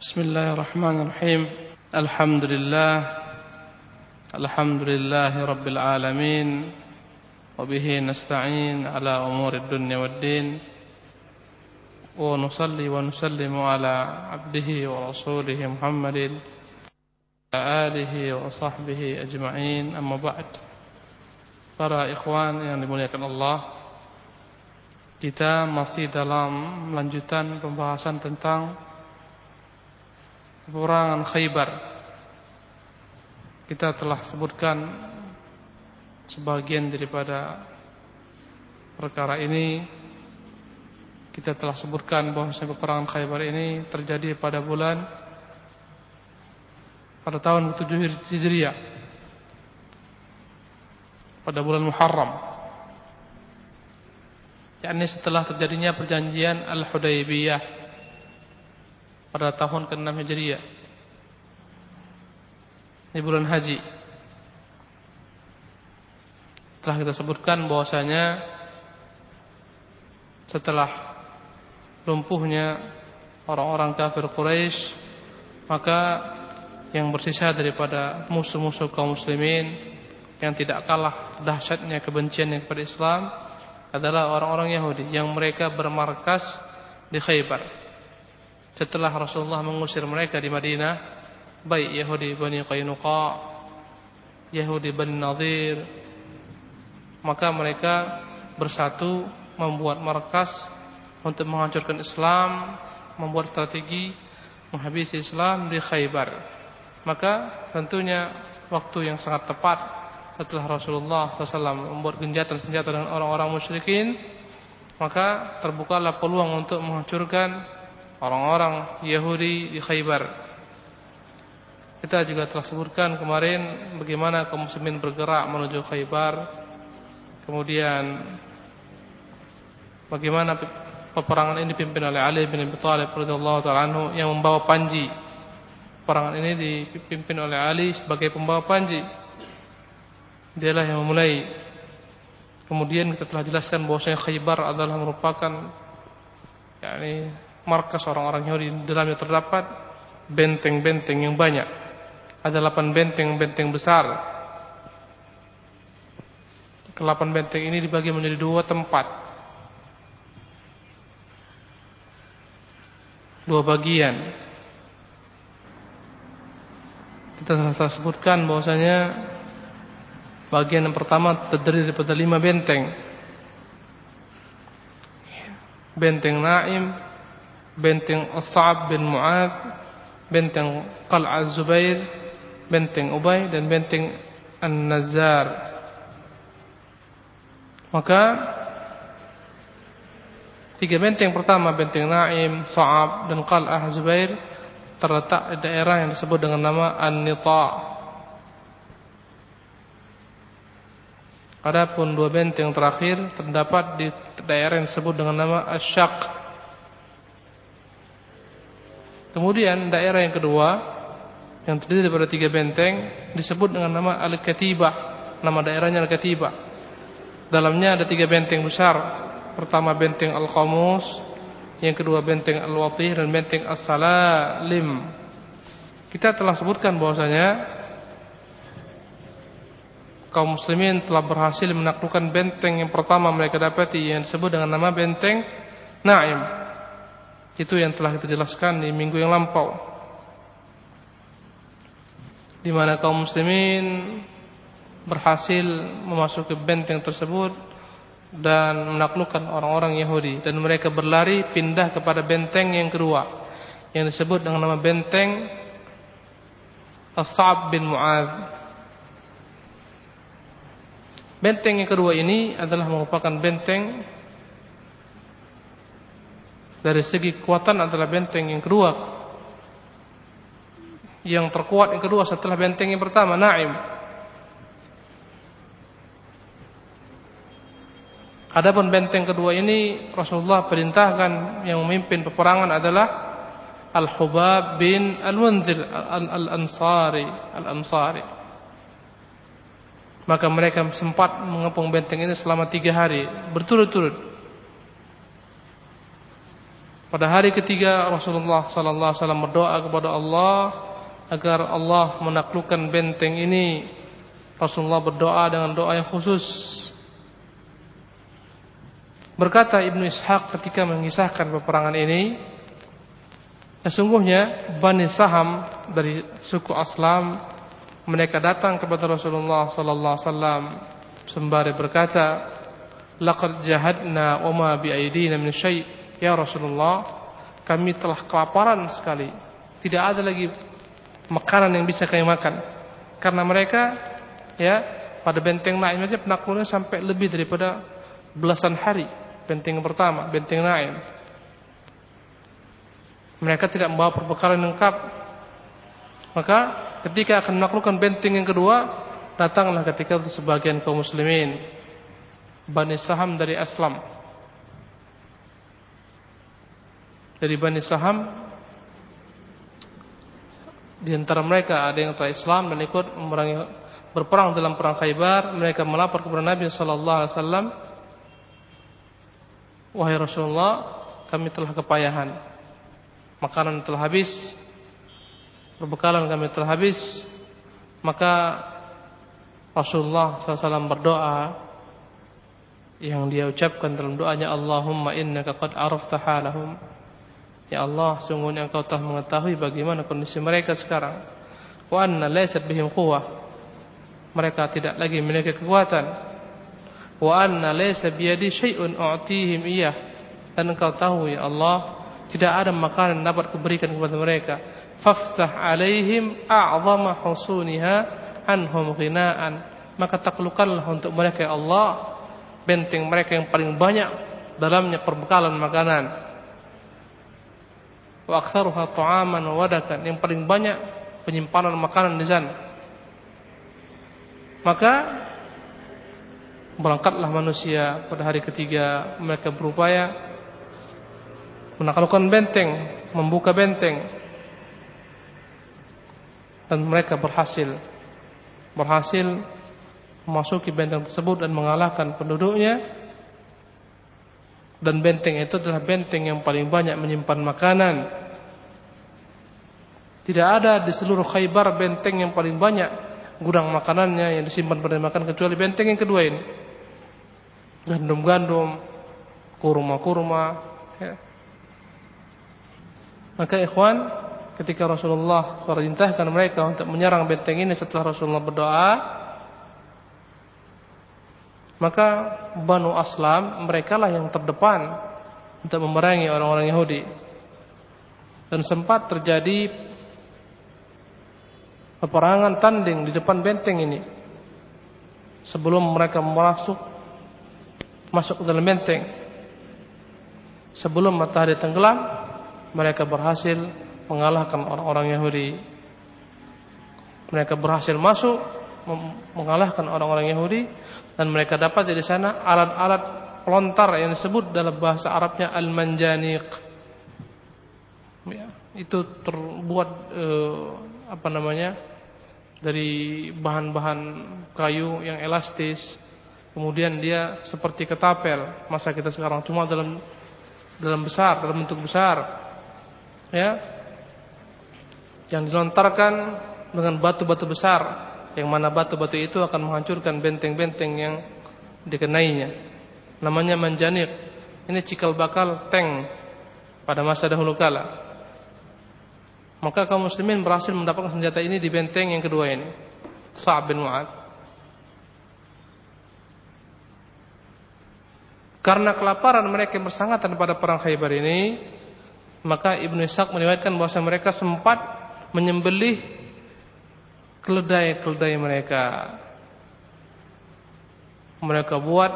Bismillahirrahmanirrahim. Alhamdulillahi rabbil alamin. Wa bihi nasta'in ala umurid dunya waddin. Wa nusalli wa nusallimu ala abdihi wa rasulihi Muhammadin wa alihi wa sahbihi ajma'in. Amma ba'd. Para ikhwan yang dimuliakan Allah, kita masih dalam lanjutan pembahasan tentang peperangan Khaybar. Kita telah sebutkan sebagian daripada perkara ini. Kita telah sebutkan bahwa peperangan Khaybar ini terjadi pada tahun ke-7 Hijriah, pada bulan Muharram, yakni setelah terjadinya perjanjian Al-Hudaybiyah pada tahun ke-6 Hijriah, di bulan Haji. Telah kita sebutkan bahwasanya setelah lumpuhnya orang-orang kafir Quraisy, maka yang bersisa daripada musuh-musuh kaum muslimin yang tidak kalah dahsyatnya kebenciannya kepada Islam adalah orang-orang Yahudi yang mereka bermarkas di Khaybar. Setelah Rasulullah mengusir mereka di Madinah, baik Yahudi Bani Qainuqa, Yahudi Bani Nadir, maka mereka bersatu membuat markas untuk menghancurkan Islam, membuat strategi menghabisi Islam di Khaybar. Maka tentunya waktu yang sangat tepat setelah Rasulullah SAW membuat genjatan senjata dengan orang-orang musyrikin, maka terbukalah peluang untuk menghancurkan orang-orang Yahudi di Khaybar. Kita juga telah sebutkan kemarin bagaimana kaum muslimin bergerak menuju Khaybar. Kemudian bagaimana peperangan ini dipimpin oleh Ali bin Abi Thalib radhiyallahu ta'ala anhu yang membawa panji. Peperangan ini dipimpin oleh Ali sebagai pembawa panji. Dialah yang memulai. Kemudian kita telah jelaskan bahwasanya Khaybar adalah merupakan markas orang-orang Yahudi. Di dalamnya terdapat benteng-benteng yang banyak. Ada 8 benteng besar. Ke-8 benteng ini dibagi menjadi 2 tempat, 2 bagian. Kita telah sebutkan bahwasanya bagian yang pertama terdiri daripada 5 benteng. Benteng Naim, benteng As-Sa'ab bin Mu'adz, benteng Qal'ah Az-Zubair, benteng Ubay, dan benteng An-Nazzar. Maka 3 benteng pertama, benteng Naim, Sa'ab, dan Qal'ah Az-Zubair, terletak di daerah yang disebut dengan nama An-Nita'. Adapun 2 benteng terakhir terdapat di daerah yang disebut dengan nama Asy-Syaq. Kemudian daerah yang kedua yang terdiri daripada 3 benteng disebut dengan nama Al-Katibah. Nama daerahnya Al-Katibah. Dalamnya ada 3 benteng besar. Pertama benteng Al-Qamus, yang kedua benteng Al-Watih, dan benteng As-Salalim. Kita telah sebutkan bahwasanya kaum muslimin telah berhasil menaklukkan benteng yang pertama mereka dapati, yang disebut dengan nama benteng Naim. Itu yang telah kita jelaskan di minggu yang lampau, di mana kaum muslimin berhasil memasuki benteng tersebut dan menaklukkan orang-orang Yahudi, dan mereka berlari pindah kepada benteng yang kedua yang disebut dengan nama benteng As-Sa'ab bin Mu'adz. Benteng yang kedua ini adalah merupakan benteng dari segi kekuatan adalah benteng yang kedua, yang terkuat yang kedua setelah benteng yang pertama, Naim. Adapun benteng kedua ini Rasulullah perintahkan yang memimpin peperangan adalah Al-Hubab bin Al-Munzir Al-Ansari. Maka mereka sempat mengepung benteng ini selama 3 hari berturut-turut. Pada hari ketiga Rasulullah sallallahu alaihi wasallam berdoa kepada Allah agar Allah menaklukkan benteng ini. Rasulullah berdoa dengan doa yang khusus. Berkata Ibnu Ishaq ketika mengisahkan peperangan ini, sesungguhnya Bani Saham dari suku Aslam, mereka datang kepada Rasulullah sallallahu alaihi wasallam sembari berkata, laqad jahadna wa ma bi aidina min syai'. Ya Rasulullah, kami telah kelaparan sekali. Tidak ada lagi makanan yang bisa kami makan. Karena mereka pada benteng Naim saja penaklukannya sampai lebih daripada belasan hari. Benteng pertama, benteng Naim. Mereka tidak membawa perbekalan lengkap. Maka ketika akan menaklukkan benteng yang kedua, datanglah ketika itu sebagian kaum muslimin Bani Saham dari Aslam. Dari Bani Saham, di antara mereka ada yang telah Islam dan ikut berperang dalam perang Khaybar. Mereka melapor kepada Nabi sallallahu alaihi wasallam, wahai Rasulullah, kami telah kepayahan, makanan telah habis, perbekalan kami telah habis. Maka Rasulullah sallallahu alaihi wasallam berdoa yang dia ucapkan dalam doanya, Allahumma innaka qad arafta halahum. Ya Allah, sungguhnya Engkau telah mengetahui bagaimana kondisi mereka sekarang. Wa anna laysat bihim quwwah. Mereka tidak lagi memiliki kekuatan. Wa anna laysa biyadi syai'un u'tihim iyah. Dan Engkau tahu ya Allah, tidak ada makanan yang dapat kuberikan kepada mereka. Faftah alaihim a'zama husuniha anhum ghinaan. Maka taklukkanlah untuk mereka ya Allah benteng mereka yang paling banyak dalamnya perbekalan makanan. Wa aktsaruha ta'aman wa wadakan, yang paling banyak penyimpanan makanan di sana. Maka berangkatlah manusia pada hari ketiga. Mereka berupaya menaklukkan benteng, membuka benteng, dan mereka berhasil memasuki benteng tersebut dan mengalahkan penduduknya. Dan benteng itu adalah benteng yang paling banyak menyimpan makanan. Tidak ada di seluruh Khaybar benteng yang paling banyak gudang makanannya yang disimpan pada makan kecuali benteng yang kedua ini. Gandum-gandum, kurma-kurma. Maka ikhwan, ketika Rasulullah perintahkan mereka untuk menyerang benteng ini setelah Rasulullah berdoa, maka Banu Aslam merekalah yang terdepan untuk memerangi orang-orang Yahudi. Dan sempat terjadi peperangan tanding di depan benteng ini. Sebelum mereka masuk ke dalam benteng, sebelum matahari tenggelam, mereka berhasil mengalahkan orang-orang Yahudi. Mereka berhasil masuk mengalahkan orang-orang Yahudi, dan mereka dapat di sana alat-alat pelontar yang disebut dalam bahasa Arabnya al-manjaniq. Ya, itu terbuat dari bahan-bahan kayu yang elastis. Kemudian dia seperti ketapel masa kita sekarang, cuma dalam bentuk besar. Ya. Yang dilontarkan dengan batu-batu besar, yang mana batu-batu itu akan menghancurkan benteng-benteng yang dikenainya. Namanya manjaniq. Ini cikal bakal tank pada masa dahulu kala. Maka kaum muslimin berhasil mendapatkan senjata ini di benteng yang kedua ini, Sa'ab bin Mu'ad. Karena kelaparan mereka yang bersangatan pada perang Khaybar ini, maka Ibnu Ishaq meriwayatkan bahwa mereka sempat menyembelih keledai-keledai mereka. Mereka buat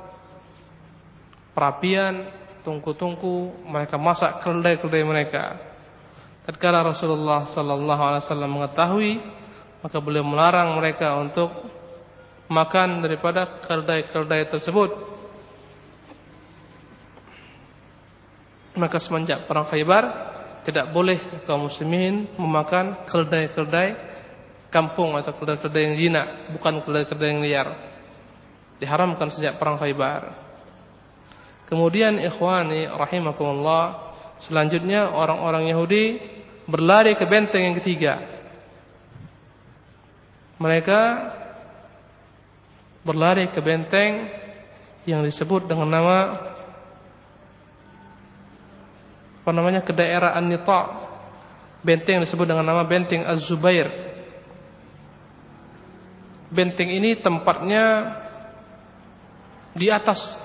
perapian, tungku-tungku, mereka masak keledai-keledai mereka. Tatkala Rasulullah sallallahu alaihi wasallam mengetahui, maka beliau melarang mereka untuk makan daripada keledai-keledai tersebut. Maka semenjak perang Khaybar, tidak boleh kaum muslimin memakan keledai-keledai kampung atau keledai-keledai yang zina, bukan keledai-keledai yang liar. Diharamkan sejak perang Khaybar. Kemudian ikhwani rahimakumullah, Selanjutnya orang-orang Yahudi berlari ke benteng yang ketiga. Mereka berlari ke benteng yang disebut dengan nama ke daerah An-Nita. Benteng yang disebut dengan nama benteng Az-Zubair. Benteng ini tempatnya di atas,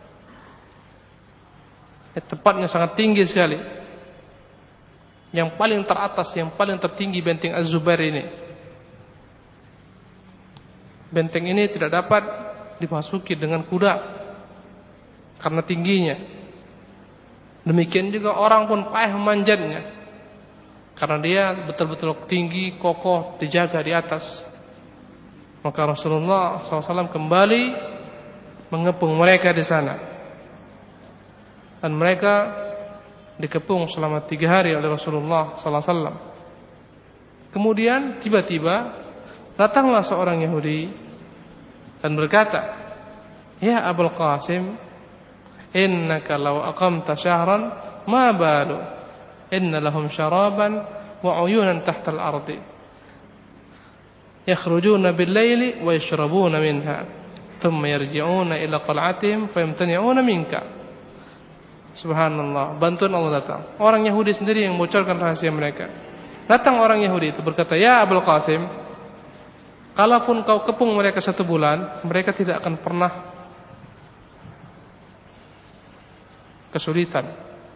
tempatnya sangat tinggi sekali. Yang paling teratas, yang paling tertinggi benteng Az-Zubair ini. Benteng ini tidak dapat dimasuki dengan kuda karena tingginya. Demikian juga orang pun payah memanjatnya karena dia betul-betul tinggi, kokoh, dijaga di atas. Maka Rasulullah SAW kembali mengepung mereka di sana, dan mereka dikepung selama 3 hari oleh Rasulullah SAW. Kemudian tiba-tiba datanglah seorang Yahudi dan berkata, "Ya Abul Qasim, innaka law aqamta syahran ma balu, inna lahum syaraban wa uyunan tahta al-ardi yakhrujuna bil-laili wa yashrabuna minha thumma yarji'una ila qal'atihim fayamtani'una minka." Subhanallah, bantuan Allah datang. Orang Yahudi sendiri yang membocorkan rahasia mereka. Datang orang Yahudi itu berkata, "Ya Abul Qasim, kalaupun kau kepung mereka 1 bulan, mereka tidak akan pernah kesulitan.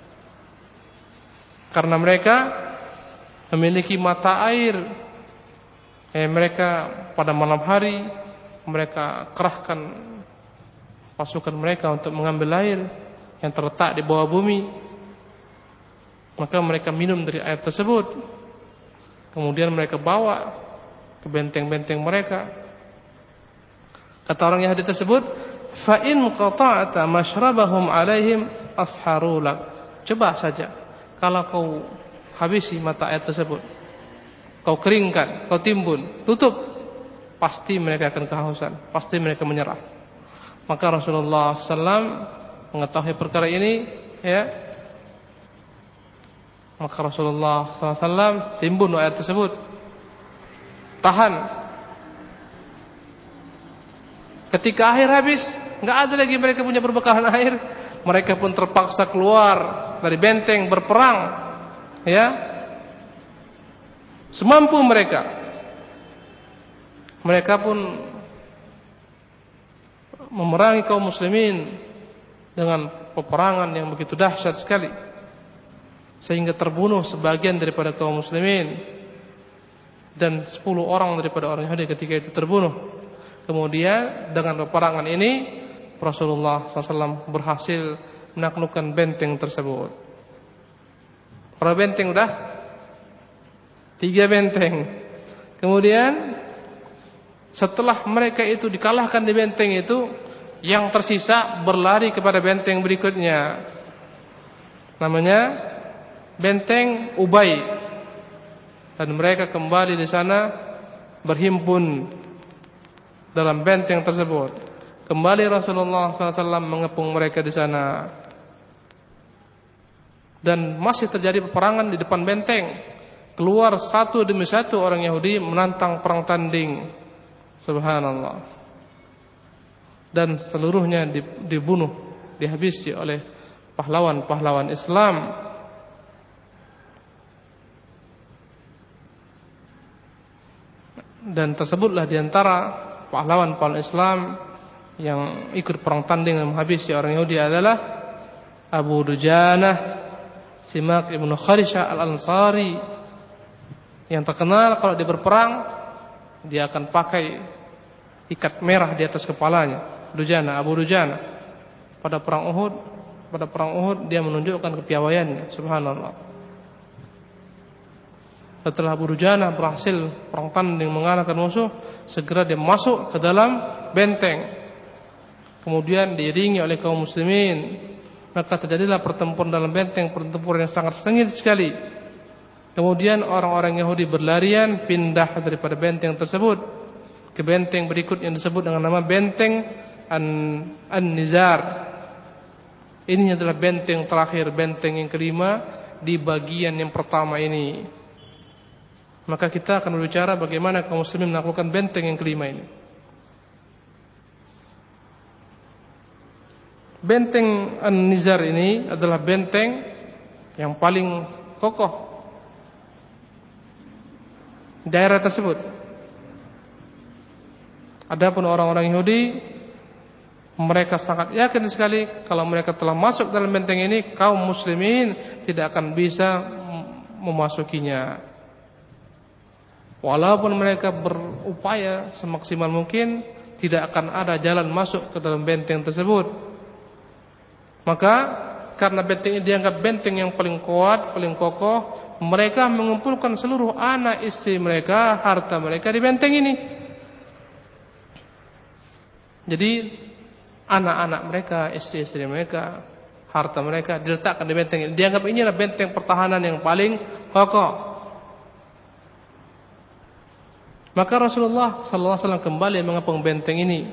Karena mereka memiliki mata air. Mereka pada malam hari mereka kerahkan pasukan mereka untuk mengambil air yang terletak di bawah bumi. Maka mereka minum dari air tersebut. Kemudian mereka bawa ke benteng-benteng mereka." Kata orang Yahudi tersebut, "Fa in qata'ta mashrabahum 'alaihim asharulak." Coba saja kalau kau habisi mata air tersebut, kau keringkan, kau timbun, tutup, pasti mereka akan kehausan, pasti mereka menyerah. Maka Rasulullah SAW mengetahui perkara ini, ya. Maka Rasulullah SAW timbun air tersebut, tahan. Ketika air habis, nggak ada lagi mereka punya perbekalan air, mereka pun terpaksa keluar dari benteng berperang, ya, semampu mereka. Mereka pun memerangi kaum muslimin dengan peperangan yang begitu dahsyat sekali, sehingga terbunuh sebagian daripada kaum muslimin, dan 10 orang daripada orang Yahudi ketika itu terbunuh. Kemudian dengan peperangan ini Rasulullah SAW berhasil menaklukkan benteng tersebut. Berapa benteng udah? 3 benteng. Kemudian setelah mereka itu dikalahkan di benteng itu, yang tersisa berlari kepada benteng berikutnya, namanya benteng Ubay, dan mereka kembali di sana berhimpun dalam benteng tersebut. Kembali Rasulullah SAW mengepung mereka di sana, dan masih terjadi peperangan di depan benteng. Keluar satu demi satu orang Yahudi menantang perang tanding. Subhanallah. Dan seluruhnya dibunuh, dihabisi oleh pahlawan-pahlawan Islam. Dan tersebutlah diantara pahlawan-pahlawan Islam yang ikut perang tanding dan menghabisi orang Yahudi adalah Abu Dujanah Simak ibn Kharishah al-Ansari, yang terkenal kalau dia berperang dia akan pakai ikat merah di atas kepalanya. Abu Dujana. Pada perang Uhud dia menunjukkan kepiawaiannya. Subhanallah. Setelah Abu Dujana berhasil perang tanding mengalahkan musuh, segera dia masuk ke dalam benteng. Kemudian diiringi oleh kaum muslimin. Maka terjadilah pertempuran dalam benteng, pertempuran yang sangat sengit sekali. Kemudian orang-orang Yahudi berlarian pindah daripada benteng tersebut ke benteng berikut yang disebut dengan nama benteng An-Nizar. Ini adalah benteng terakhir, benteng yang kelima di bagian yang pertama ini. Maka kita akan berbicara bagaimana kaum muslimin menaklukkan benteng yang kelima ini. Benteng An-Nizar ini adalah benteng yang paling kokoh di daerah tersebut. Adapun orang-orang Yahudi, mereka sangat yakin sekali kalau mereka telah masuk dalam benteng ini, kaum muslimin tidak akan bisa memasukinya. Walaupun mereka berupaya semaksimal mungkin, tidak akan ada jalan masuk ke dalam benteng tersebut. Maka karena benteng ini dianggap benteng yang paling kuat, paling kokoh, mereka mengumpulkan seluruh anak istri mereka, harta mereka di benteng ini. Jadi anak-anak mereka, istri-istri mereka, harta mereka diletakkan di benteng ini. Dianggap ini adalah benteng pertahanan yang paling kokoh. Maka Rasulullah SAW kembali mengepung benteng ini.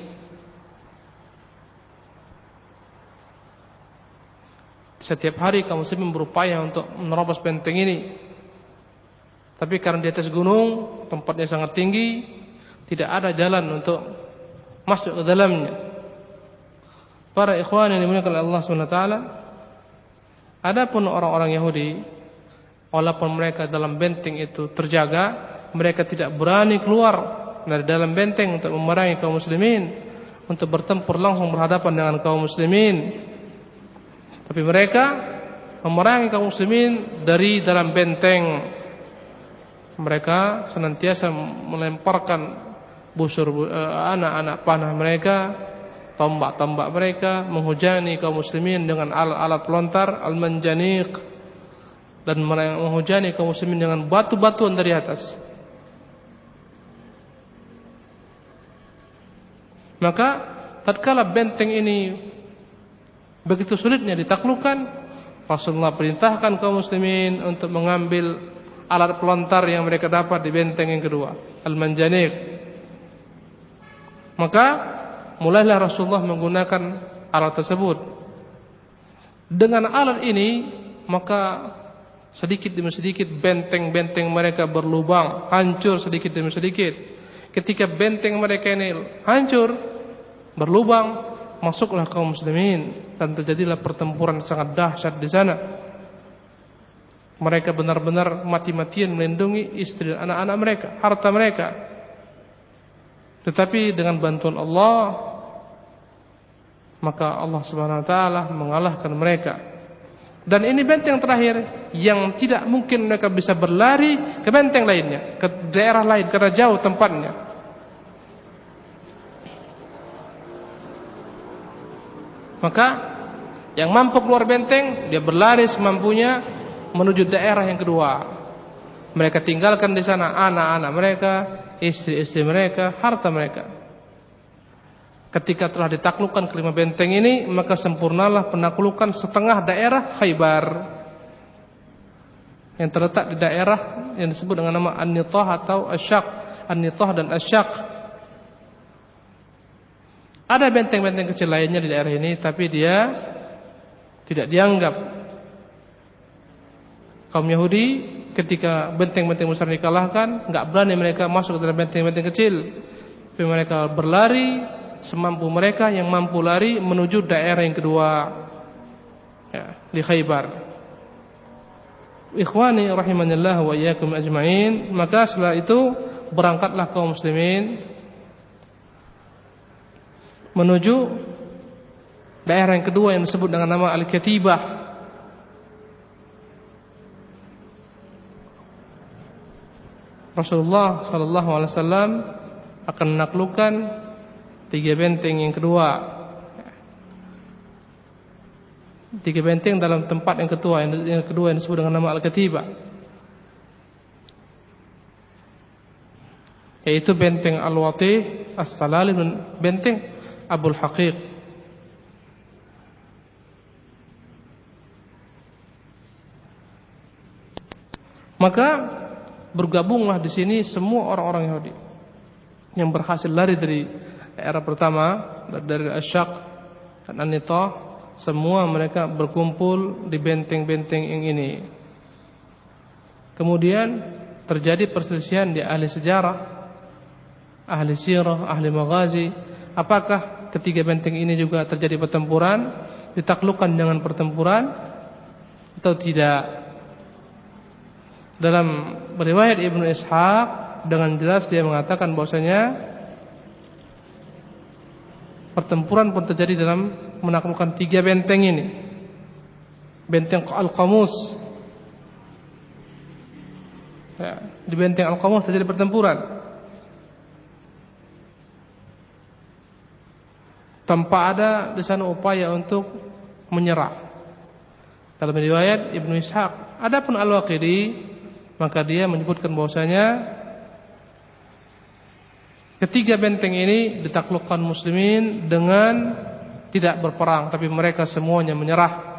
Setiap hari kaum muslimin berupaya untuk menerobos benteng ini. Tapi karena di atas gunung, tempatnya sangat tinggi, tidak ada jalan untuk masuk ke dalamnya. Para ikhwan yang dimuliakan oleh Allah SWT, adapun orang-orang Yahudi, walaupun mereka dalam benteng itu terjaga, mereka tidak berani keluar dari dalam benteng untuk memerangi kaum muslimin, untuk bertempur langsung berhadapan dengan kaum muslimin. Tapi mereka memerangi kaum muslimin dari dalam benteng. Mereka senantiasa melemparkan busur anak-anak panah mereka, tombak-tombak mereka, menghujani kaum muslimin dengan alat-alat pelontar al-manjaniq, dan menghujani kaum muslimin dengan batu-batuan dari atas. Maka tatkala benteng ini begitu sulitnya ditaklukkan, Rasulullah perintahkan kaum muslimin untuk mengambil alat pelontar yang mereka dapat di benteng yang kedua, al-manjaniq. Maka mulailah Rasulullah menggunakan alat tersebut. Dengan alat ini, maka sedikit demi sedikit benteng-benteng mereka berlubang, hancur sedikit demi sedikit. Ketika benteng mereka ini hancur, berlubang, masuklah kaum muslimin dan terjadilah pertempuran sangat dahsyat di sana. Mereka benar-benar mati-matian melindungi istri dan anak-anak mereka, harta mereka. Tetapi dengan bantuan Allah, maka Allah Subhanahu wa taala mengalahkan mereka. Dan ini benteng terakhir yang tidak mungkin mereka bisa berlari ke benteng lainnya, ke daerah lain karena jauh tempatnya. Maka yang mampu keluar benteng, dia berlari semampunya menuju daerah yang kedua. Mereka tinggalkan di sana anak-anak mereka, istri-istri mereka, harta mereka. Ketika telah ditaklukkan kelima benteng ini, maka sempurnalah penaklukan setengah daerah Khaybar yang terletak di daerah yang disebut dengan nama An-Nitah atau Asyaq. An-Nitah dan Asyaq. Ada benteng-benteng kecil lainnya di daerah ini, tapi dia tidak dianggap. Kaum Yahudi ketika benteng-benteng besar dikalahkan, enggak berani mereka masuk ke dalam benteng-benteng kecil. Tapi mereka berlari semampu mereka yang mampu lari menuju daerah yang kedua, ya, di Khaybar. Ikhwani rahimanillah wa iyyakum ajmain. Maka setelah itu berangkatlah kaum muslimin menuju daerah yang kedua yang disebut dengan nama Al-Katibah. Rasulullah sallallahu alaihi wasallam akan menaklukkan 3 benteng yang kedua. 3 benteng dalam tempat yang kedua yang disebut dengan nama Al-Katibah, yaitu benteng Al-Watih, As-Salalim, dan benteng Abul Haqiq. Maka bergabunglah di sini semua orang-orang Yahudi yang berhasil lari dari era pertama, dari Asyaq dan An-Nitah, semua mereka berkumpul di benteng-benteng yang ini. Kemudian terjadi perselisihan di ahli sejarah, ahli sirah, ahli maghazi. Apakah ketiga benteng ini juga terjadi pertempuran, ditaklukkan dengan pertempuran atau tidak? Dalam riwayat Ibnu Ishaq dengan jelas dia mengatakan bahwasanya pertempuran pun terjadi dalam menaklukkan tiga benteng ini. Benteng Al-Qamus, ya, di benteng Al-Qamus terjadi pertempuran tanpa ada di sana upaya untuk menyerah. Dalam riwayat Ibnu Ishaq. Adapun Al-Waqidi, maka dia menyebutkan bahwasanya ketiga benteng ini ditaklukkan muslimin dengan tidak berperang, tapi mereka semuanya menyerah.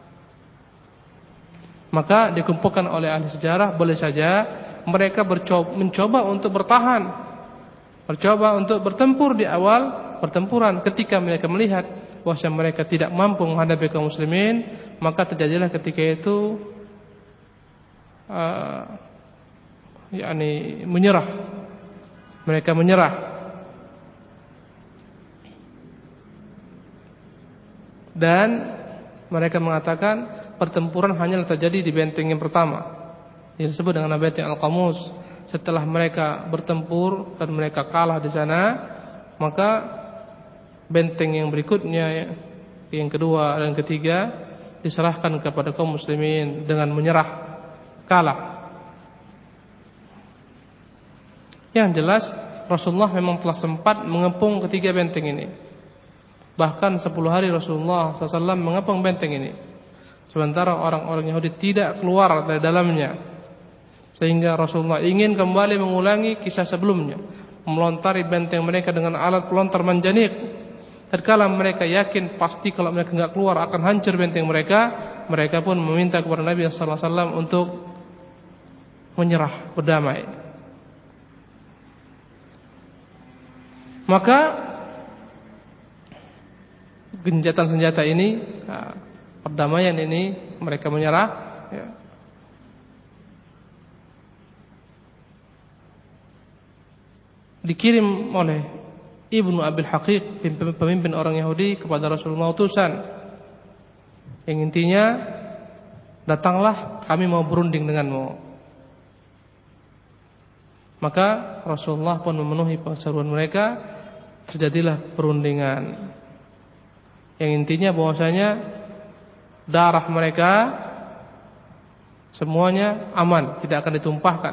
Maka dikumpulkan oleh ahli sejarah, boleh saja mereka mencoba untuk bertahan, mencoba untuk bertempur di awal pertempuran. Ketika mereka melihat bahwa mereka tidak mampu menghadapi kaum muslimin, maka terjadilah ketika itu menyerah. Mereka menyerah. Dan mereka mengatakan pertempuran hanya terjadi di benteng yang pertama, yang disebut dengan benteng Al-Qamus. Setelah mereka bertempur dan mereka kalah di sana, maka benteng yang berikutnya, yang kedua dan ketiga, diserahkan kepada kaum muslimin dengan menyerah, kalah. Yang jelas Rasulullah memang telah sempat mengepung ketiga benteng ini. Bahkan 10 hari Rasulullah SAW mengepung benteng ini, sementara orang-orang Yahudi tidak keluar dari dalamnya. Sehingga Rasulullah ingin kembali mengulangi kisah sebelumnya, melontari benteng mereka dengan alat pelontar manjanik. Tatkala mereka yakin pasti kalau mereka tidak keluar akan hancur benteng mereka, mereka pun meminta kepada Nabi SAW untuk menyerah, berdamai. Maka genjatan senjata ini, perdamaian ini, mereka menyerah, ya. Dikirim oleh Ibnu Abil Haqiq, pemimpin orang Yahudi, kepada Rasulullah utusan yang intinya, datanglah, kami mau berunding denganmu. Maka Rasulullah pun memenuhi perseruan mereka. Terjadilah perundingan yang intinya bahwasanya darah mereka semuanya aman, tidak akan ditumpahkan.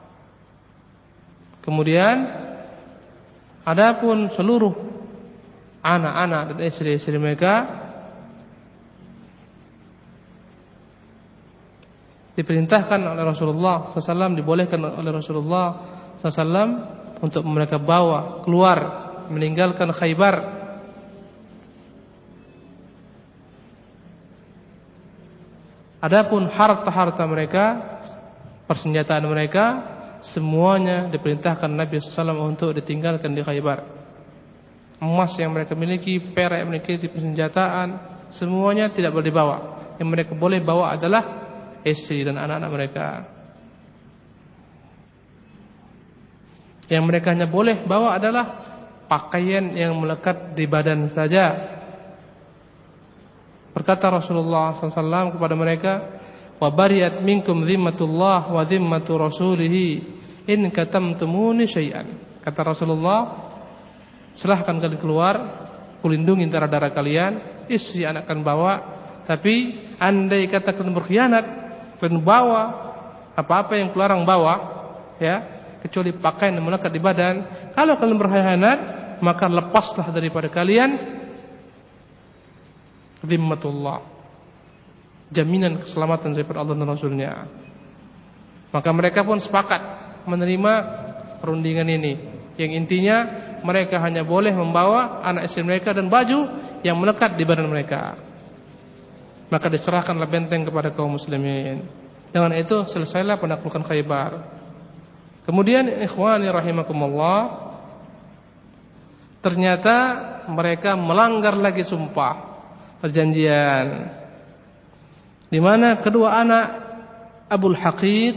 Kemudian adapun seluruh anak-anak dan istri-istri mereka diperintahkan oleh Rasulullah SAW, dibolehkan oleh Rasulullah SAW untuk mereka bawa keluar, meninggalkan Khaybar. Adapun harta-harta mereka, persenjataan mereka, semuanya diperintahkan Nabi SAW untuk ditinggalkan di Khaybar. Emas yang mereka miliki, perak yang mereka miliki, persenjataan, semuanya tidak boleh dibawa. Yang mereka boleh bawa adalah istri dan anak-anak mereka. Yang mereka hanya boleh bawa adalah pakaian yang melekat di badan saja. Berkata Rasulullah SAW kepada mereka, wa bariyat minkum zimmatullah wa zimmatu rasulih in katamtumuni syai'an. Kata Rasulullah, silahkan kalian keluar, kulindungi antara darah kalian, istri anak kalian bawa. Tapi andai kata kalian berkhianat, kalian bawa apa-apa yang kularang bawa, ya, kecuali pakaian yang melekat di badan. Kalau kalian berkhianat, maka lepaslah daripada kalian zimmatullah, jaminan keselamatan daripada Allah dan Rasulnya. Maka mereka pun sepakat menerima perundingan ini, yang intinya mereka hanya boleh membawa anak istri mereka dan baju yang melekat di badan mereka. Maka diserahkanlah benteng kepada kaum muslimin. Dengan itu selesailah penaklukan Khaybar. Kemudian ikhwani rahimakumullah, ternyata mereka melanggar lagi sumpah. perjanjian, di mana kedua anak Abul Haqiq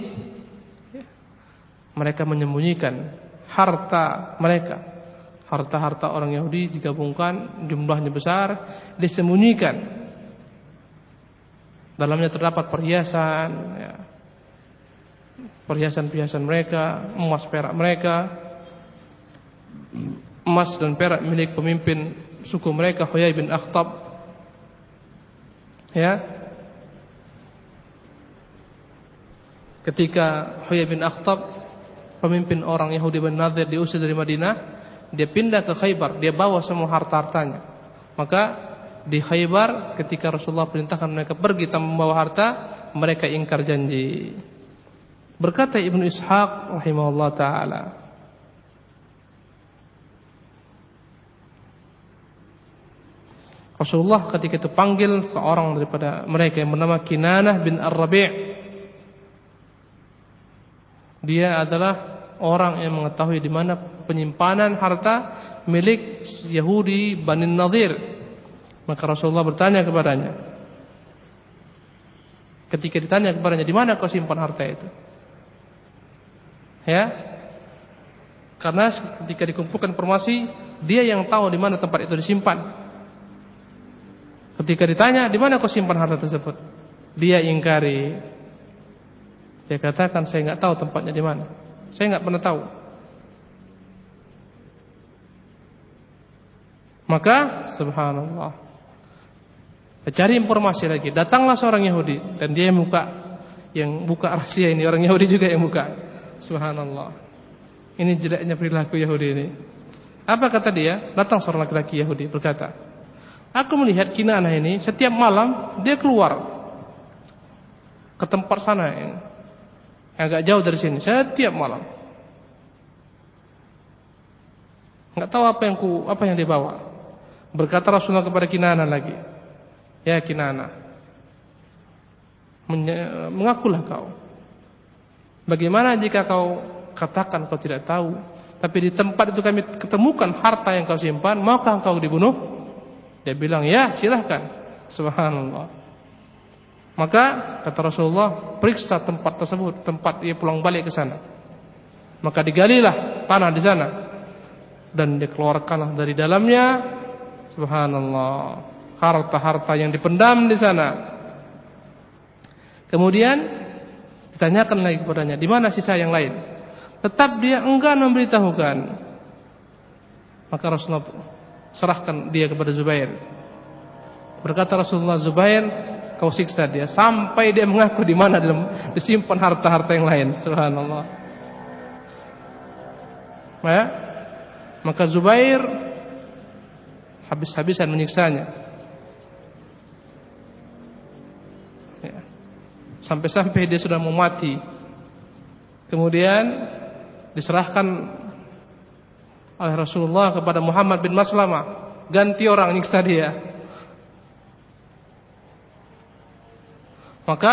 mereka menyembunyikan harta mereka. Harta-harta orang Yahudi digabungkan, jumlahnya besar, disembunyikan. Dalamnya terdapat perhiasan, ya, perhiasan-perhiasan mereka, emas perak mereka, emas dan perak milik pemimpin suku mereka, Huyai bin Akhtab. Ya, ketika Huyai bin Akhtab, pemimpin orang Yahudi Bani Nadir, diusir dari Madinah, dia pindah ke Khaybar, dia bawa semua harta-hartanya. Maka di Khaybar ketika Rasulullah perintahkan mereka pergi tanpa membawa harta, mereka ingkar janji. Berkata Ibnu Ishaq rahimahullah taala, Rasulullah ketika itu panggil seorang daripada mereka yang bernama Kinanah bin Ar-Rabi'. Dia adalah orang yang mengetahui di mana penyimpanan harta milik Yahudi Bani Nadir. Maka Rasulullah bertanya kepadanya. Ketika ditanya kepadanya, di mana kau simpan harta itu? Ya, karena ketika dikumpulkan informasi, dia yang tahu di mana tempat itu disimpan. Ketika ditanya, di mana kau simpan harta tersebut? Dia ingkari. Dia katakan, saya enggak tahu tempatnya di mana. Saya enggak pernah tahu. Maka subhanallah, cari informasi lagi. Datanglah seorang Yahudi dan dia yang buka rahasia ini, orang Yahudi juga yang buka. Subhanallah. Ini jeleknya perilaku Yahudi ini. Apa kata dia? Datang seorang laki-laki Yahudi berkata, aku melihat Kinanah ini setiap malam dia keluar ke tempat sana yang agak jauh dari sini setiap malam. Enggak tahu apa yang dia bawa. Berkata Rasulullah kepada Kinanah lagi, ya Kinanah, mengakulah kau. Bagaimana jika kau katakan kau tidak tahu, tapi di tempat itu kami ketemukan harta yang kau simpan, maukah kau dibunuh? Dia bilang, ya silahkan. Subhanallah. Maka kata Rasulullah, periksa tempat tersebut, tempat dia pulang balik ke sana. Maka digalilah tanah di sana dan dikeluarkanlah dari dalamnya, subhanallah, harta-harta yang dipendam di sana. Kemudian ditanyakan lagi kepadanya, di mana sisa yang lain? Tetap dia enggan memberitahukan. Maka Rasulullah serahkan dia kepada Zubair. Berkata Rasulullah, Zubair, kau siksa dia sampai dia mengaku di mana disimpan harta-harta yang lain. Subhanallah. Ya? Maka Zubair habis-habisan menyiksanya. Ya. Sampai-sampai dia sudah mau mati. Kemudian diserahkan oleh Rasulullah kepada Muhammad bin Maslamah, ganti orang nyiksa dia. Maka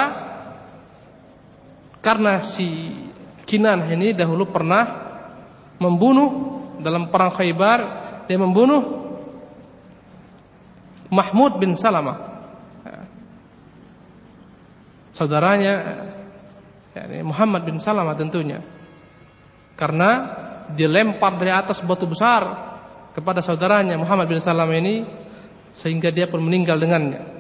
karena si Kinanah ini dahulu pernah membunuh dalam perang Khaybar, dia membunuh Mahmud bin Salamah, saudaranya, yakni Muhammad bin Salamah tentunya, karena dilempar dari atas batu besar kepada saudaranya Muhammad bin Salamah ini, sehingga dia pun meninggal dengannya.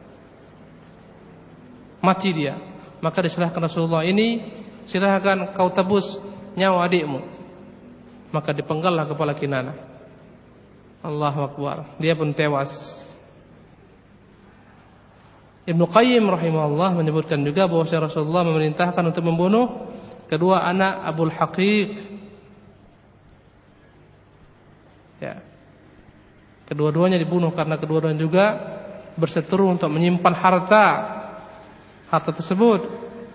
Mati dia. Maka diserahkan Rasulullah, ini silahkan kau tebus nyawa adikmu. Maka dipenggallah kepala Kinanah. Allahu Akbar. Dia pun tewas. Ibnu Qayyim rahimahullah menyebutkan juga bahwa Rasulullah memerintahkan untuk membunuh kedua anak Abul Haqiq. Ya. Kedua-duanya dibunuh karena kedua-duanya juga berseteru untuk menyimpan harta tersebut.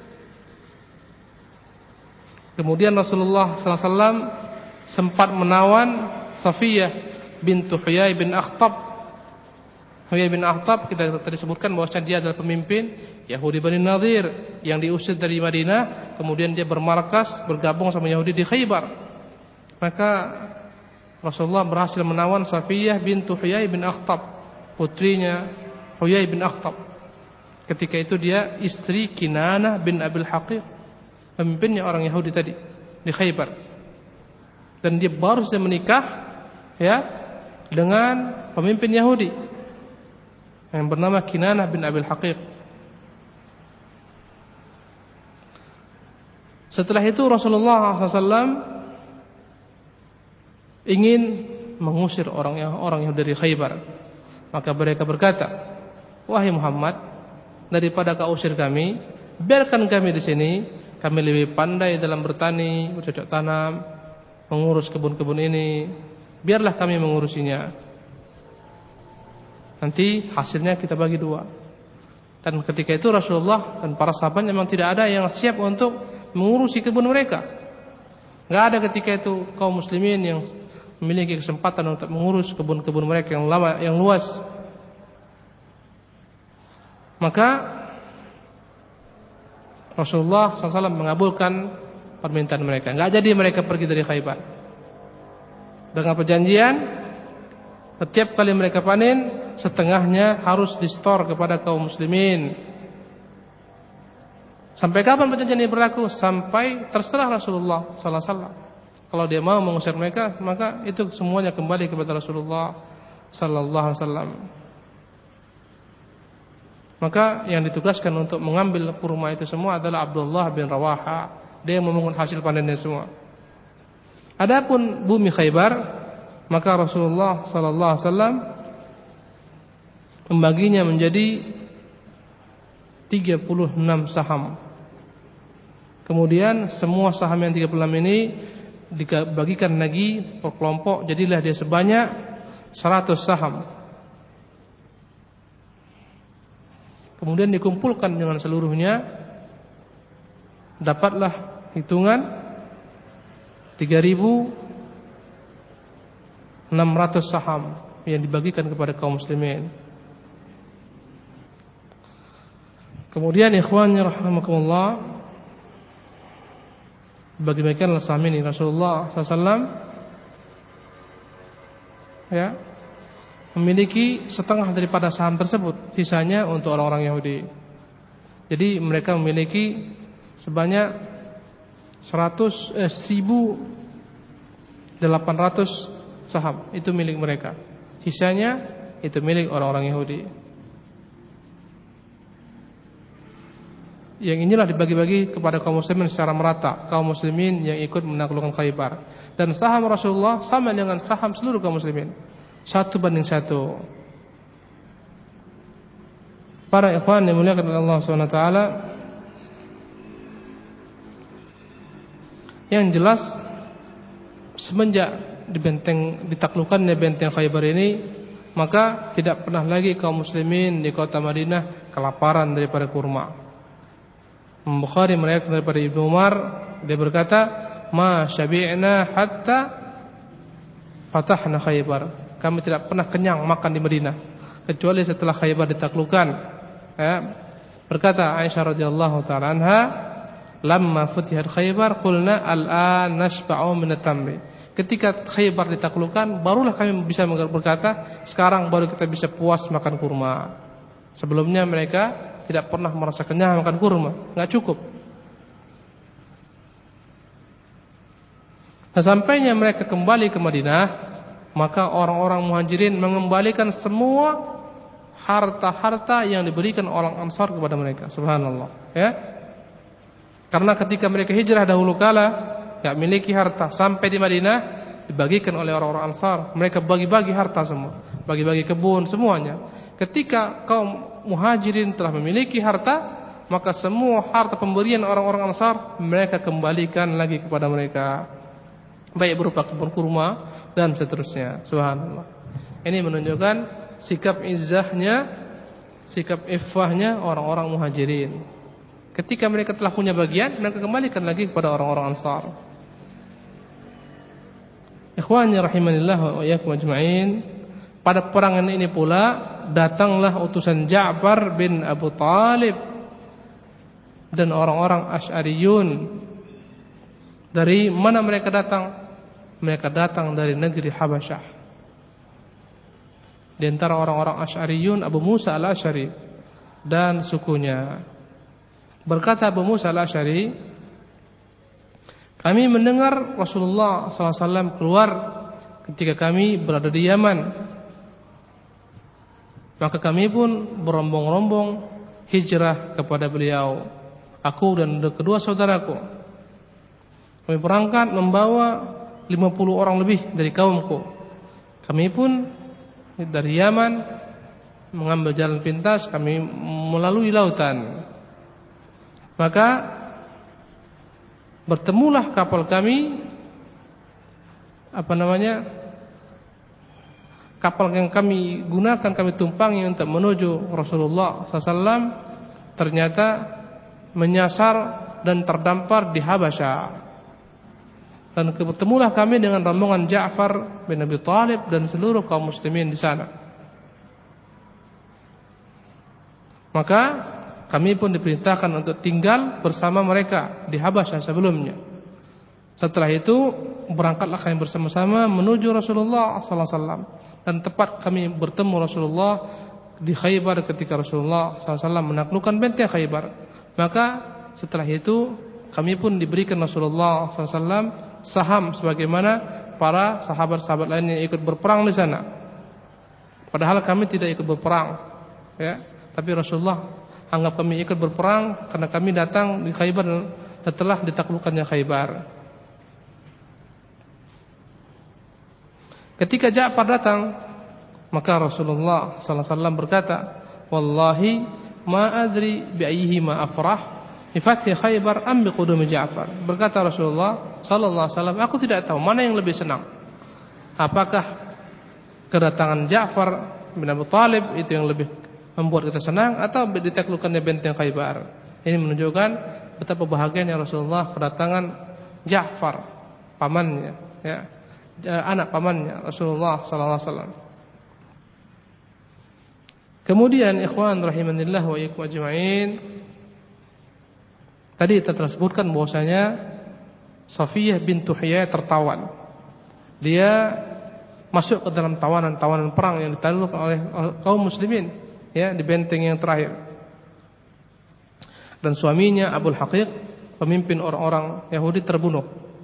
Kemudian Rasulullah SAW sempat menawan Safiyah bintu Huyai bin Akhtab. Huyai bin Akhtab kita tadi sebutkan bahwasanya dia adalah pemimpin Yahudi Bani Nadir yang diusir dari Madinah, kemudian dia bermarkas bergabung sama Yahudi di Khaybar. Maka Rasulullah berhasil menawan Safiyah bintu Huyai bin Akhtab, putrinya Huyai bin Akhtab. Ketika itu dia istri Kinanah bin Abil Haqiq, pemimpinnya orang Yahudi tadi di Khaybar. Dan dia baru saja menikah ya dengan pemimpin Yahudi yang bernama Kinanah bin Abil Haqiq. Setelah itu Rasulullah SAW ingin mengusir orang Yahudi dari Khaybar. Maka mereka berkata, "Wahai Muhammad, daripada kau usir kami, biarkan kami di sini. Kami lebih pandai dalam bertani, bercocok tanam, mengurus kebun-kebun ini. Biarlah kami mengurusinya. Nanti hasilnya kita bagi dua." Dan ketika itu Rasulullah dan para sahabat memang tidak ada yang siap untuk mengurusi kebun mereka. Enggak ada ketika itu kaum muslimin yang memiliki kesempatan untuk mengurus kebun-kebun mereka yang luas. Maka Rasulullah SAW mengabulkan permintaan mereka. Enggak jadi mereka pergi dari Khaybar. Dengan perjanjian, setiap kali mereka panen, setengahnya harus distor kepada kaum muslimin. Sampai kapan perjanjian ini berlaku? Sampai terserah Rasulullah SAW. Kalau dia mau mengusir mereka, maka itu semuanya kembali kepada Rasulullah SAW. Maka yang ditugaskan untuk mengambil kurma itu semua adalah Abdullah bin Rawaha. Dia yang memungut hasil panennya semua. Adapun bumi Khaybar, maka Rasulullah SAW membaginya menjadi 36 saham. Kemudian semua saham yang 36 ini dibagikan lagi per kelompok, jadilah dia sebanyak 100 saham. Kemudian dikumpulkan dengan seluruhnya, dapatlah hitungan 3.600 saham yang dibagikan kepada kaum muslimin. Kemudian ikhwani rahimakumullah, bagi-bagikanlah saham ini Rasulullah SAW ya memiliki setengah daripada saham tersebut, sisanya untuk orang-orang Yahudi. Jadi mereka memiliki sebanyak 1.800 saham, itu milik mereka. Sisanya itu milik orang-orang Yahudi. Yang inilah dibagi-bagi kepada kaum muslimin secara merata, kaum muslimin yang ikut menaklukkan Khaybar. Dan saham Rasulullah sama dengan saham seluruh kaum muslimin, 1:1. Para ikhwan yang dimuliakan oleh Allah SWT, yang jelas semenjak ditaklukkannya benteng Khaybar ini, maka tidak pernah lagi kaum muslimin di kota Madinah kelaparan daripada kurma. Bukhari meriwayatkan daripada Ibnu Umar, dia berkata, "Ma syabi'na hatta fatahna Khaybar." Kami tidak pernah kenyang makan di Madinah kecuali setelah Khaybar ditaklukkan. Ya. Berkata Aisyah radhiyallahu taala anha, "Lamma futihat Khaybar qulna al-an nashba'u min at-tamri." Ketika Khaybar ditaklukkan, barulah kami bisa berkata, sekarang baru kita bisa puas makan kurma. Sebelumnya mereka tidak pernah merasa kenyang makan kurma, enggak cukup. Nah, sampainya mereka kembali ke Madinah, maka orang-orang Muhajirin mengembalikan semua harta-harta yang diberikan orang Ansar kepada mereka. Subhanallah, ya. Karena ketika mereka hijrah dahulu kala, enggak memiliki harta, sampai di Madinah dibagikan oleh orang-orang Ansar. Mereka bagi-bagi harta semua, bagi-bagi kebun semuanya. Ketika kaum Muhajirin telah memiliki harta, maka semua harta pemberian orang-orang Ansar mereka kembalikan lagi kepada mereka, baik berupa kebun kurma dan seterusnya. Subhanallah. Ini menunjukkan sikap izzahnya, sikap iffahnya orang-orang Muhajirin. Ketika mereka telah punya bagian, mereka kembalikan lagi kepada orang-orang Ansar. Ikhwani rahimanillah wa iyyakum ajma'in. Pada perangan ini pula datanglah utusan Ja'far bin Abu Talib dan orang-orang Asy'ariyun. Dari mana mereka datang? Mereka datang dari negeri Habasyah. di antara orang-orang Asy'ariyun Abu Musa al-Asy'ari dan sukunya. Berkata Abu Musa al-Asy'ari, kami mendengar Rasulullah SAW keluar ketika kami berada di Yaman. Maka kami pun berombong-rombong hijrah kepada beliau, aku dan kedua saudaraku. Kami berangkat membawa 50 orang lebih dari kaumku. Kami pun dari Yaman mengambil jalan pintas, kami melalui lautan. Maka bertemulah kapal kami, kapal yang kami gunakan, kami tumpangi untuk menuju Rasulullah SAW, ternyata menyasar dan terdampar di Habasyah. Dan bertemulah kami dengan rombongan Ja'far bin Abi Thalib dan seluruh kaum muslimin di sana. Maka kami pun diperintahkan untuk tinggal bersama mereka di Habasyah sebelumnya. Setelah itu berangkatlah kami bersama-sama menuju Rasulullah SAW. Dan tepat kami bertemu Rasulullah di Khaybar ketika Rasulullah SAW menaklukkan benteng Khaybar. Maka setelah itu kami pun diberikan Rasulullah SAW saham sebagaimana para sahabat-sahabat lain yang ikut berperang di sana. Padahal kami tidak ikut berperang, ya. Tapi Rasulullah anggap kami ikut berperang karena kami datang di Khaybar dan telah ditaklukkannya Khaybar. Ketika Ja'far datang, maka Rasulullah SAW berkata, wallahi ma adri bi ayyihi ma afrah, bi fathi Khaybar am bi qudumi Ja'far. Berkata Rasulullah sallallahu alaihi wasallam, aku tidak tahu mana yang lebih senang. Apakah kedatangan Ja'far bin Abi Thalib itu yang lebih membuat kita senang, atau ditaklukkannya benteng Khaybar? Ini menunjukkan betapa bahagianya Rasulullah kedatangan Ja'far, pamannya, ya, anak pamannya Rasulullah sallallahu alaihi wasallam. Kemudian ikhwan rahimanillah wa iyyakum ajma'in, tadi kita telah sebutkan bahwasanya Safiyah bintu Huyai tertawan. Dia masuk ke dalam tawanan-tawanan perang yang ditaklukkan oleh kaum muslimin, ya, di benteng yang terakhir. Dan suaminya Abul Haqiq, pemimpin orang-orang Yahudi, terbunuh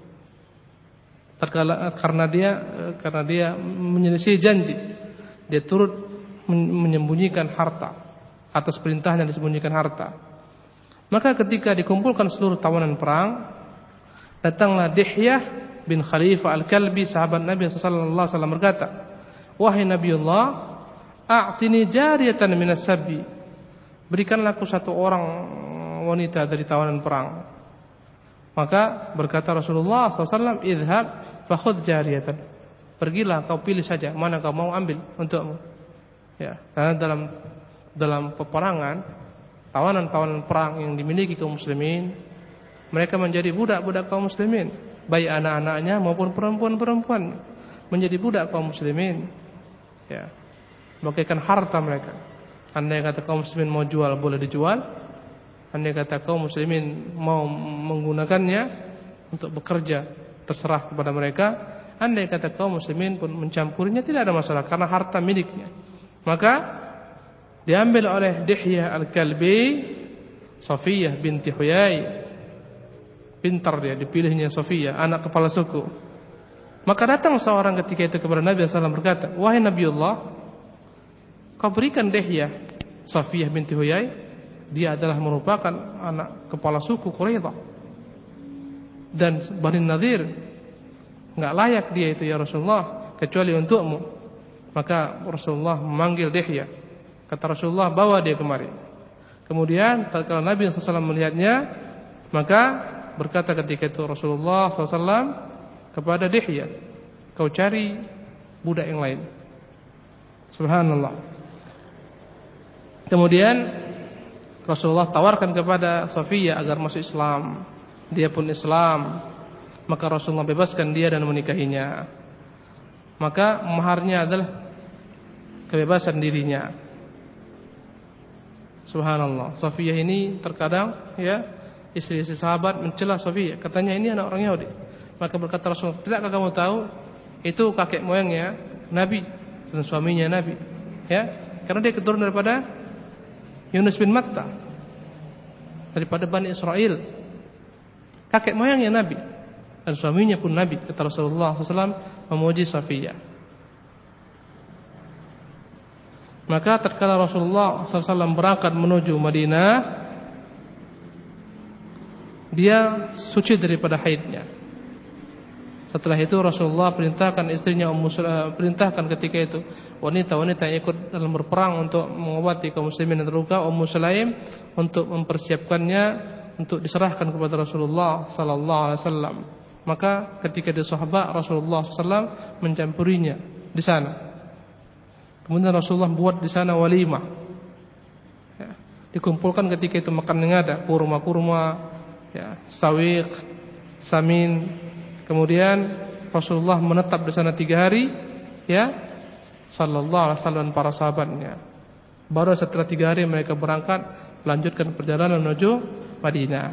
karena dia menyelisih janji. Dia turut menyembunyikan harta, atas perintahnya disembunyikan harta. Maka ketika dikumpulkan seluruh tawanan perang, datanglah Dihyah bin Khalifah Al-Kalbi, sahabat Nabi sallallahu alaihi wasallam, berkata, wahai Nabiullah, a'tini jariyatan minas sabi, berikanlah aku satu orang wanita dari tawanan perang. Maka berkata Rasulullah SAW, idhab fakhudh jariyatan, pergilah kau pilih saja mana kau mau ambil untukmu. Ya, karena dalam peperangan, tawanan-tawanan perang yang dimiliki kaum muslimin, mereka menjadi budak-budak kaum muslimin, baik anak-anaknya maupun perempuan-perempuan menjadi budak kaum muslimin, ya, bagaikan harta mereka. Andai kata kaum muslimin mau jual, boleh dijual. Andai kata kaum muslimin mau menggunakannya untuk bekerja, terserah kepada mereka. Andai kata kaum muslimin pun mencampurinya, tidak ada masalah karena harta miliknya. Maka diambil oleh Dihyah Al-Kalbi Safiyah binti Huyai. Pintar dia, dipilihnya Safiyah, anak kepala suku. Maka datang seorang ketika itu kepada Nabi SAW berkata, wahai Nabiullah, kau berikan Dihyah Safiyah binti Huyai, dia adalah merupakan anak kepala suku Quraidah dan Bani Nadir, enggak layak dia itu ya Rasulullah kecuali untukmu. Maka Rasulullah memanggil Dihyah. Kata Rasulullah, bawa dia kemari. Kemudian tatkala Nabi SAW melihatnya, maka berkata ketika itu Rasulullah SAW kepada Dihyah, kau cari budak yang lain. Subhanallah. Kemudian Rasulullah tawarkan kepada Safiyah agar masuk Islam. Dia pun Islam. Maka Rasulullah bebaskan dia dan menikahinya. Maka maharnya adalah kebebasan dirinya. Subhanallah. Safiyah ini terkadang, ya, istri-istri sahabat mencela Safiyah, katanya ini anak orang Yahudi. Maka berkata Rasulullah, tidakkah kamu tahu itu kakek moyangnya Nabi dan suaminya Nabi? ya, karena dia keturunan daripada Yunus bin Matta, daripada Bani Israel, kakek moyangnya Nabi, dan suaminya pun Nabi. Kata Rasulullah SAW memuji Safiyah. Maka tatkala Rasulullah SAW berangkat menuju Madinah, dia suci daripada haidnya. Setelah itu Rasulullah perintahkan istrinya perintahkan ketika itu wanita-wanita yang ikut dalam berperang untuk mengobati kaum muslimin yang terluka, Ummu Sulaim, untuk mempersiapkannya untuk diserahkan kepada Rasulullah sallallahu alaihi wasallam. Maka ketika di sahabat Rasulullah SAW mencampurinya di sana. Kemudian Rasulullah buat di sana walimah. Ya, dikumpulkan ketika itu makan yang ada kurma-kurma, ya, sawiq, samin. Kemudian Rasulullah menetap di sana 3 hari, ya, sallallahu alaihi wasallam para sahabatnya. Baru setelah 3 hari mereka berangkat melanjutkan perjalanan menuju Madinah.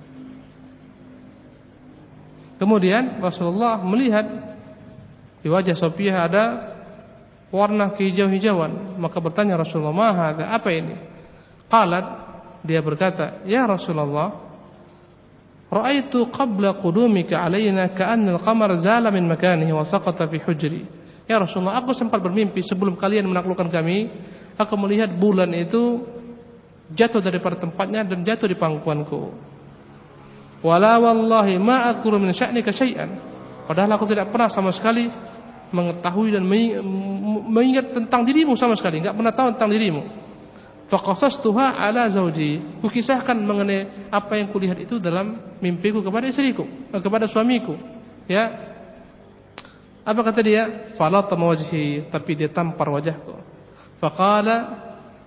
Kemudian Rasulullah melihat di wajah Safiyah ada warna kehijau-hijauan, maka bertanya Rasulullah, "Ma hadza? Apa ini?" Qalat, dia berkata, "Ya Rasulullah, ra'aitu qabla qudumika alaina ka'anna al-qamar zala min makanihi wa saqata fi hujri." Ya Rasulullah, aku sempat bermimpi sebelum kalian menaklukkan kami, aku melihat bulan itu jatuh daripada tempatnya dan jatuh di pangkuanku. Wala wallahi ma adzkuru min sya'nika syai'an. Padahal aku tidak pernah sama sekali mengetahui dan mengingat tentang dirimu sama sekali, enggak pernah tahu tentang dirimu. Faqasastuha ala zauji. Kukisahkan mengenai apa yang kulihat itu dalam mimpiku kepada istriku, kepada suamiku. Ya. Apa kata dia? Falatama wajhi, tapi dia tampar wajahku. Faqala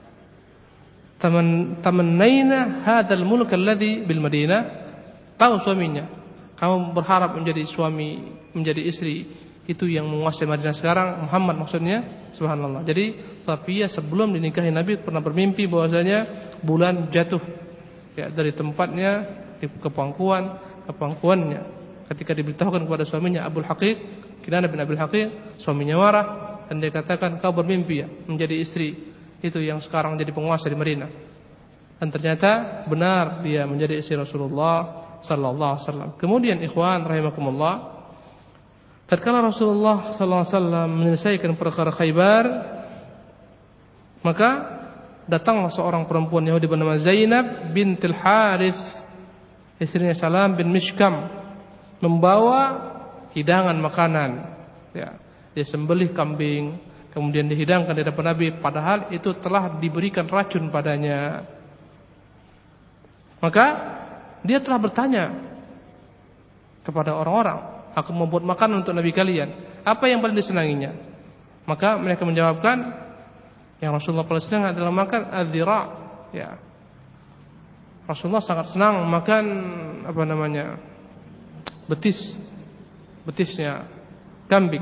tamannaina hadzal mulk alladhi bil Madinah. Tahu suaminya, kamu berharap menjadi suami, menjadi istri itu yang menguasai Madinah sekarang, Muhammad maksudnya. Subhanallah. Jadi Safiyah sebelum dinikahi Nabi pernah bermimpi bahwasanya bulan jatuh, ya, dari tempatnya ke pangkuannya. Ketika diberitahukan kepada suaminya Abul Haqiq, Kinanah bin Abul Haqiq, suaminya marah dan dia katakan, "Kau bermimpi ya menjadi istri itu yang sekarang jadi penguasa di Madinah." Dan ternyata benar dia menjadi istri Rasulullah sallallahu alaihi wasallam. Kemudian ikhwan rahimakumullah, tatkala Rasulullah sallallahu alaihi wasallam menyelesaikan perkara Khaybar, maka datanglah seorang perempuan Yahudi bernama Zainab bintil Harith, istrinya Salam bin Mishkam, membawa hidangan makanan. Ya, dia sembelih kambing, kemudian dihidangkan di hadapan Nabi, padahal itu telah diberikan racun padanya. Maka dia telah bertanya kepada orang-orang, "Aku membuat makanan untuk Nabi kalian, apa yang paling disenanginya?" Maka mereka menjawabkan, yang Rasulullah paling senang adalah makan adzira. Ya, Rasulullah sangat senang makan betisnya kambing.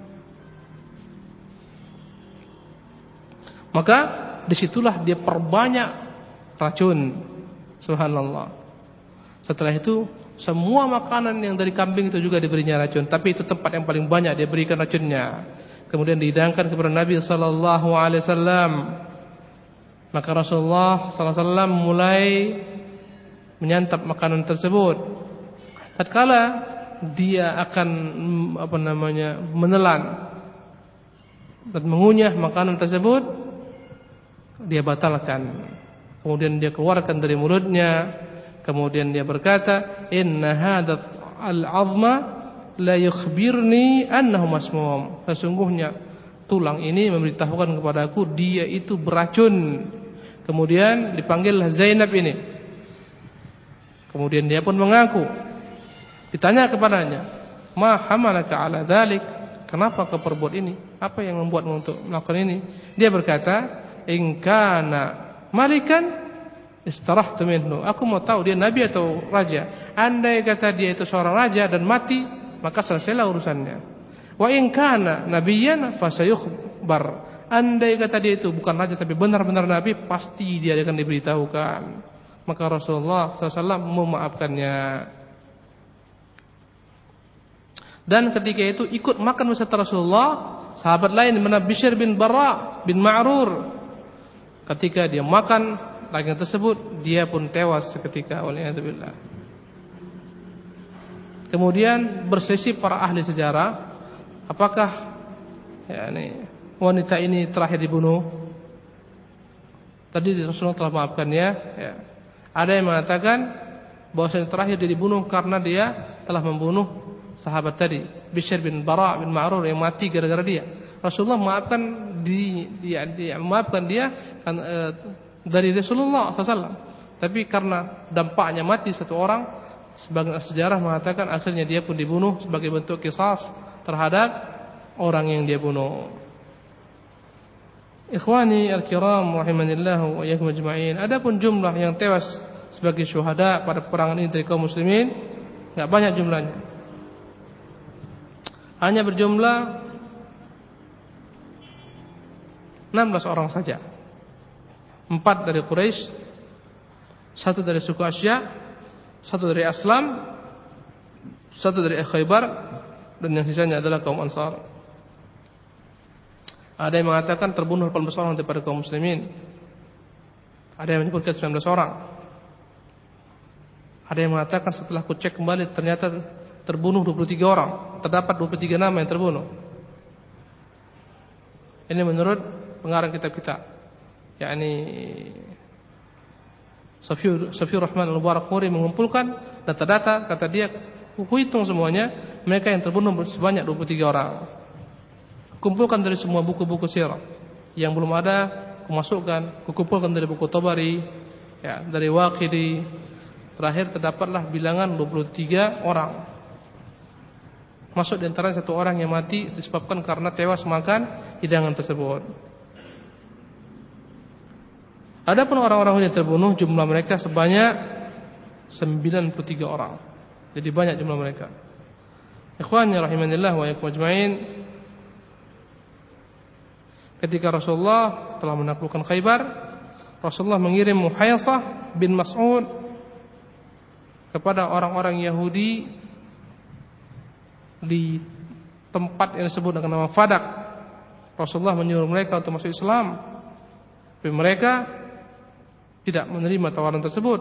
Maka disitulah dia perbanyak racun. Subhanallah. Setelah itu semua makanan yang dari kambing itu juga diberinya racun, tapi itu tempat yang paling banyak dia berikan racunnya. Kemudian dihidangkan kepada Nabi sallallahu alaihi wasallam. Maka Rasulullah sallallahu alaihi wasallam mulai menyantap makanan tersebut. Tatkala dia akan menelan dan mengunyah makanan tersebut, dia batalkan. Kemudian dia keluarkan dari mulutnya. Kemudian dia berkata, "Inna hadzal al-'azma la yukhbirni annahu masmum." Sesungguhnya tulang ini memberitahukan kepadaku dia itu beracun. Kemudian dipanggillah Zainab ini. Kemudian dia pun mengaku. Ditanya kepadanya, "Ma hamalaka 'ala dzalik?" Kenapa kau perbuat ini? Apa yang membuatmu untuk melakukan ini? Dia berkata, "In kana malikan istarahtu minhu." Aku mau tahu dia nabi atau raja. Andai kata dia itu seorang raja dan mati, maka selesailah urusannya. Wa in kana nabiyyan fasayukhbar. Andai kata dia itu bukan raja tapi benar-benar nabi, pasti dia akan diberitahukan. Maka Rasulullah SAW memaafkannya. Dan ketika itu ikut makan beserta Rasulullah Sahabat lain bernama Bishr bin Bara bin Ma'rur, ketika dia makan daging tersebut, dia pun tewas seketika, waliyadzubillah. Kemudian berselisih para ahli sejarah, apakah wanita ini terakhir dibunuh? Tadi Rasulullah telah memaafkannya. Ya. Ada yang mengatakan bahwasanya terakhir dia dibunuh karena dia telah membunuh sahabat tadi, Bishr bin Bara bin Ma'rur, yang mati gara-gara dia. Rasulullah memaafkan dia kan, dari Rasulullah SAW. Tapi karena dampaknya mati satu orang, sebagian sejarah mengatakan akhirnya dia pun dibunuh sebagai bentuk qisas terhadap orang yang dia bunuh. Ikhwani al-kiram rahimanillah wa iyyakum ajma'in. Adapun jumlah yang tewas sebagai syuhada pada peperangan ini dari kaum muslimin enggak banyak jumlahnya. Hanya berjumlah 16 orang saja. 4 dari Quraisy, 1 dari suku Asya, 1 dari Aslam, 1 dari Khaybar, dan yang sisanya adalah kaum Ansar. Ada yang mengatakan terbunuh 18 orang daripada kaum muslimin. Ada yang menyebutkan 19 orang. Ada yang mengatakan setelah ku cek kembali ternyata terbunuh 23 orang. Terdapat 23 nama yang terbunuh. Ini menurut pengarang kitab kita, yakni Safiur Rahman Al-Mubarakfuri mengumpulkan data-data, kata dia, ku hitung semuanya, mereka yang terbunuh sebanyak 23 orang. Kumpulkan dari semua buku-buku sirah yang belum ada, kumasukkan, kukumpulkan dari buku Tabari, ya, dari Waqidi. Terakhir terdapatlah bilangan 23 orang. Masuk di antara 1 orang yang mati disebabkan karena tewas makan hidangan tersebut. Adapun orang-orang yang terbunuh, jumlah mereka sebanyak 93 orang. Jadi banyak jumlah mereka. Ikhwani rahimanillah wa iyyakum ajma'in. Ketika Rasulullah telah menaklukkan Khaybar, Rasulullah mengirim Muhaysah bin Mas'ud kepada orang-orang Yahudi di tempat yang disebut dengan nama Fadak. Rasulullah menyuruh mereka untuk masuk Islam, tapi mereka tidak menerima tawaran tersebut.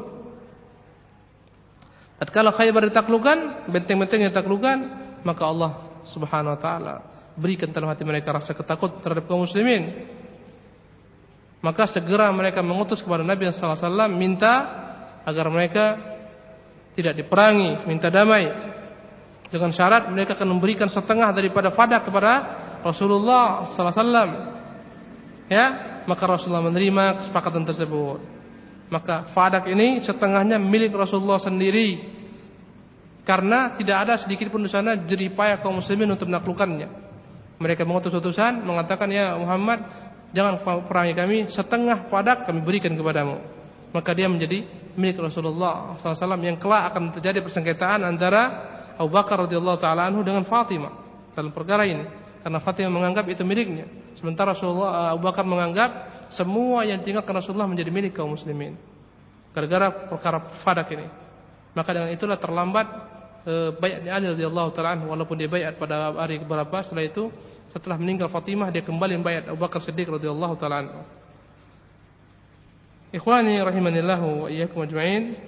Tatkala Khaybar ditaklukkan, benteng-benteng yang ditaklukkan, maka Allah Subhanahu wa taala berikan dalam hati mereka rasa ketakutan terhadap kaum muslimin. Maka segera mereka mengutus kepada Nabi sallallahu alaihi wasallam minta agar mereka tidak diperangi, minta damai. Dengan syarat mereka akan memberikan setengah daripada Fadak kepada Rasulullah sallallahu alaihi wasallam. Ya, maka Rasulullah menerima kesepakatan tersebut. Maka Fadak ini setengahnya milik Rasulullah sendiri, karena tidak ada sedikit pun di sana jeripaya kaum muslimin untuk menaklukkannya. Mereka mengutus utusan mengatakan, ya Muhammad, jangan perangi kami, setengah Fadak kami berikan kepadamu. Maka dia menjadi milik Rasulullah SAW, yang kelak akan terjadi persengketaan antara Abu Bakar radhiyallahu taala anhu dengan Fatimah dalam perkara ini, karena Fatimah menganggap itu miliknya, sementara Abu Bakar menganggap semua yang tinggalkan Rasulullah menjadi milik kaum muslimin gara-gara perkara Fadak ini. Maka dengan itulah terlambat baiat Ali radhiyallahu taala anhu, walaupun dia baiat pada hari keberapa setelah itu, setelah meninggal Fatimah, dia kembali baiat Abu Bakar Siddiq radhiyallahu taala anhu. Ikhwani rahimanillahu wa iyyakum ajma'in.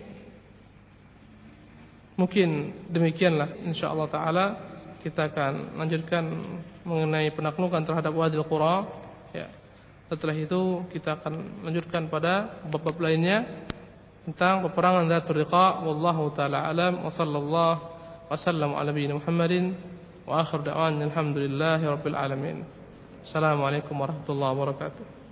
Mungkin demikianlah insyaallah taala kita akan lanjutkan mengenai penaklukan terhadap Wadil Qura, ya. Setelah itu kita akan lanjutkan pada bab-bab lainnya tentang peperangan Dzatur Riqa. Wallahu taala alam, wa sallallahu wasallam ala nabiyina Muhammadin wa akhir da'wan alhamdulillahi rabbil alamin. Assalamualaikum warahmatullahi wabarakatuh.